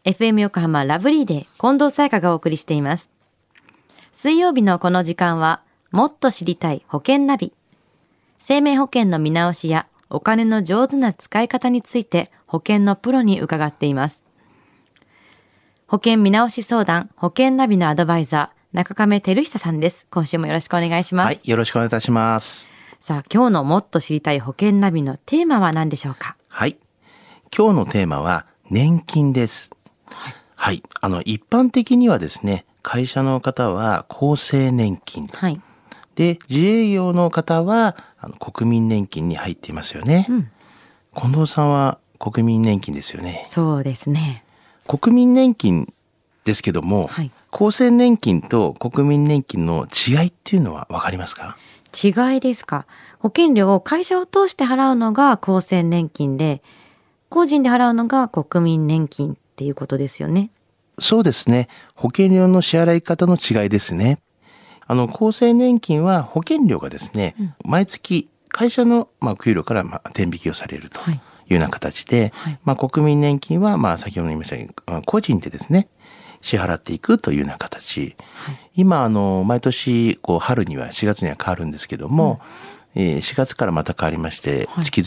FM 横浜ラブリーで近藤沙耶香がお送りしています。水曜日のこの時間は、もっと知りたい保険ナビ。生命保険の見直しやお金の上手な使い方について保険のプロに伺っています。保険見直し相談、保険ナビのアドバイザー、中亀照久さんです。今週もよろしくお願いします。 はい、よろしくお願いいたします。 さあ、今日のもっと知りたい保険ナビのテーマは何でしょうか？ はい、今日のテーマは年金です。はい、一般的にはですね、会社の方は厚生年金、 はい。 で自営業の方は国民年金に入っていますよね。近藤さんは国民年金ですよね。 そうですね。 国民年金ですけども、 はい。 厚生年金と国民年金の違いっていうのは分かりますか？ 違いですか？保険料を会社を通して払うのが厚生年金で、個人で払うのが国民年金っていうことですよね。 そうですね。保険料の支払い方の違いですね。厚生年金は保険料がですね、毎月会社の給料から天引きをされるというような形で、国民年金は先ほど言いましたように個人でですね、支払っていくというような形。今毎年春には4月には変わるんですけども、4月からまた変わりまして、月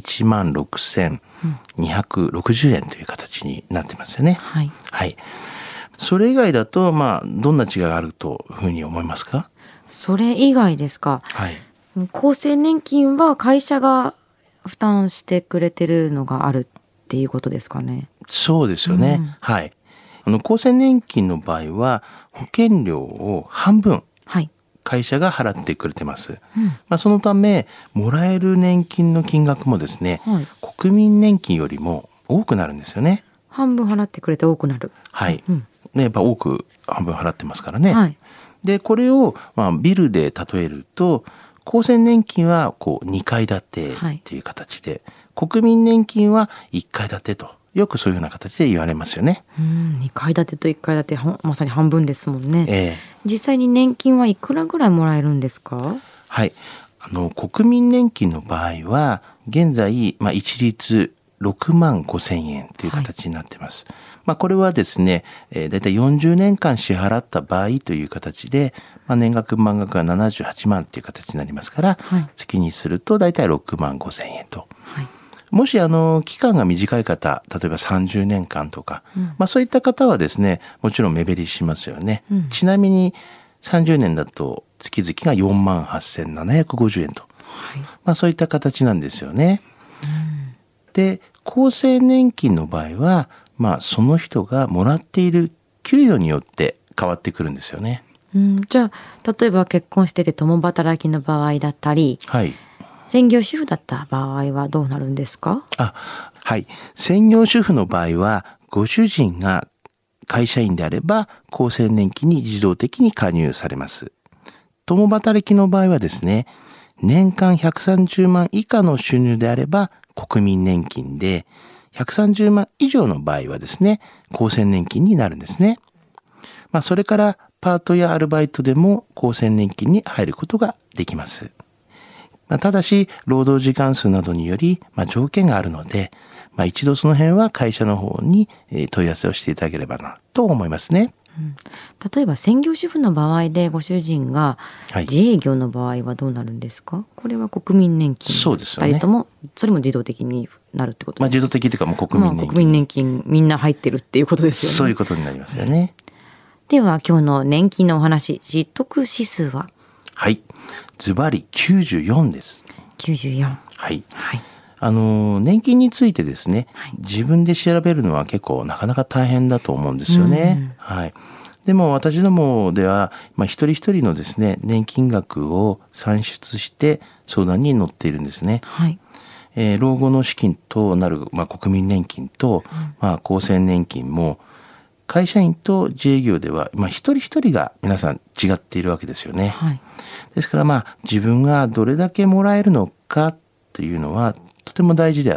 々16,260円という形になってますよね。 はい。 はい。それ以外だとどんな違いがあるというふうに思いますか？ それ以外ですか？ はい。 厚生年金は会社が負担してくれてるのがあるっていうことですかね。 そうですよね。はい。厚生年金の場合は保険料を半分会社が払ってくれてます。そのためもらえる年金の金額もですね、国民年金よりも多くなるんですよね。 半分払ってくれて多くなる。 はい。やっぱ多く半分払ってますからね。 はい。 でこれをビルで例えると、厚生年金は2階建てっていう形で、国民年金は1階建てと、よくそういうような形で言われますよね。 2階建てと1階建て、まさに半分ですもんね。 え実際に年金はいくらぐらいもらえるんですか？ はい。国民年金の場合は現在、一律6万5千円という形になっています。これはですね、だいたい40年間支払った場合という形で、年額満額が78万という形になりますから、月にするとだいたい6万5千円と。もし期間が短い方、例えば30年間とか、そういった方はですね、もちろん目減りしますよね。ちなみに30年だと月々が4万8750円と、そういった形なんですよね。で厚生年金の場合は、その人がもらっている給与によって変わってくるんですよね。 じゃあ例えば結婚してて共働きの場合だったり、専業主婦だった場合はどうなるんですか？ はい。専業主婦の場合は、ご主人が会社員であれば厚生年金に自動的に加入されます。共働きの場合はですね、年間130万以下の収入であれば国民年金で、130万以上の場合はですね、厚生年金になるんですね。それからパートやアルバイトでも厚生年金に入ることができます。ただし労働時間数などにより条件があるので、一度その辺は会社の方に問い合わせをしていただければなと思いますね。 例えば専業主婦の場合でご主人が自営業の場合はどうなるんですか？これは国民年金。 そうですよね。 2人ともそれも自動的になるってことですか？ 自動的というかもう国民年金。 国民年金みんな入ってるっていうことですよね。 そういうことになりますよね。 では今日の年金のお話、知得指数は？ はい。ズバリ94です。 94。 はい。年金についてですね、自分で調べるのは結構なかなか大変だと思うんですよね。でも私どもでは、一人一人のですね、年金額を算出して相談に乗っているんですね。老後の資金となる、国民年金と、厚生年金も会社員と自営業では、一人一人が皆さん違っているわけですよね。ですから自分がどれだけもらえるのかというのはとても大事であって、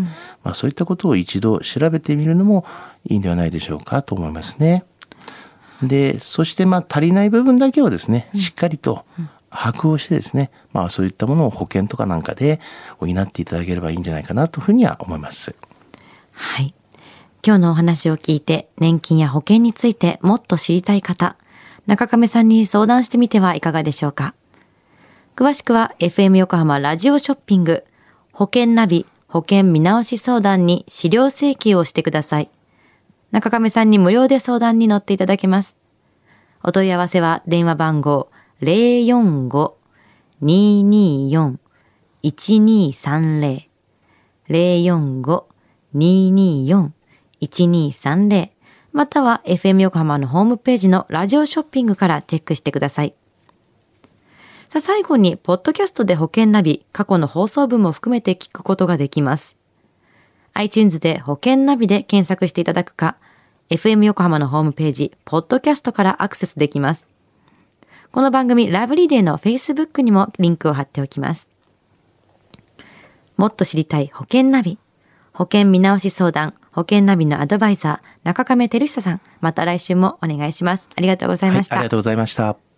そういったことを一度調べてみるのもいいんではないでしょうかと思いますね。でそして足りない部分だけをですね、しっかりと把握をしてですね、そういったものを保険とかなんかで補っていただければいいんじゃないかなというふうには思います。 はい。 今日のお話を聞いて年金や保険についてもっと知りたい方、中亀さんに相談してみてはいかがでしょうか。詳しくは FM 横浜ラジオショッピング保険ナビ保険見直し相談に資料請求をしてください。中亀さんに無料で相談に乗っていただけます。お問い合わせは電話番号 045-224-1230 045-224-1230または FM 横浜のホームページのラジオショッピングからチェックしてください。さあ最後に、ポッドキャストで保険ナビ、過去の放送分も含めて聞くことができます。iTunes で保険ナビで検索していただくか、FM 横浜のホームページ、ポッドキャストからアクセスできます。この番組、ラブリーデーの Facebook にもリンクを貼っておきます。もっと知りたい保険ナビ、保険見直し相談、保険ナビのアドバイザー、中亀照久さん、また来週もお願いします。ありがとうございました。 ありがとうございました。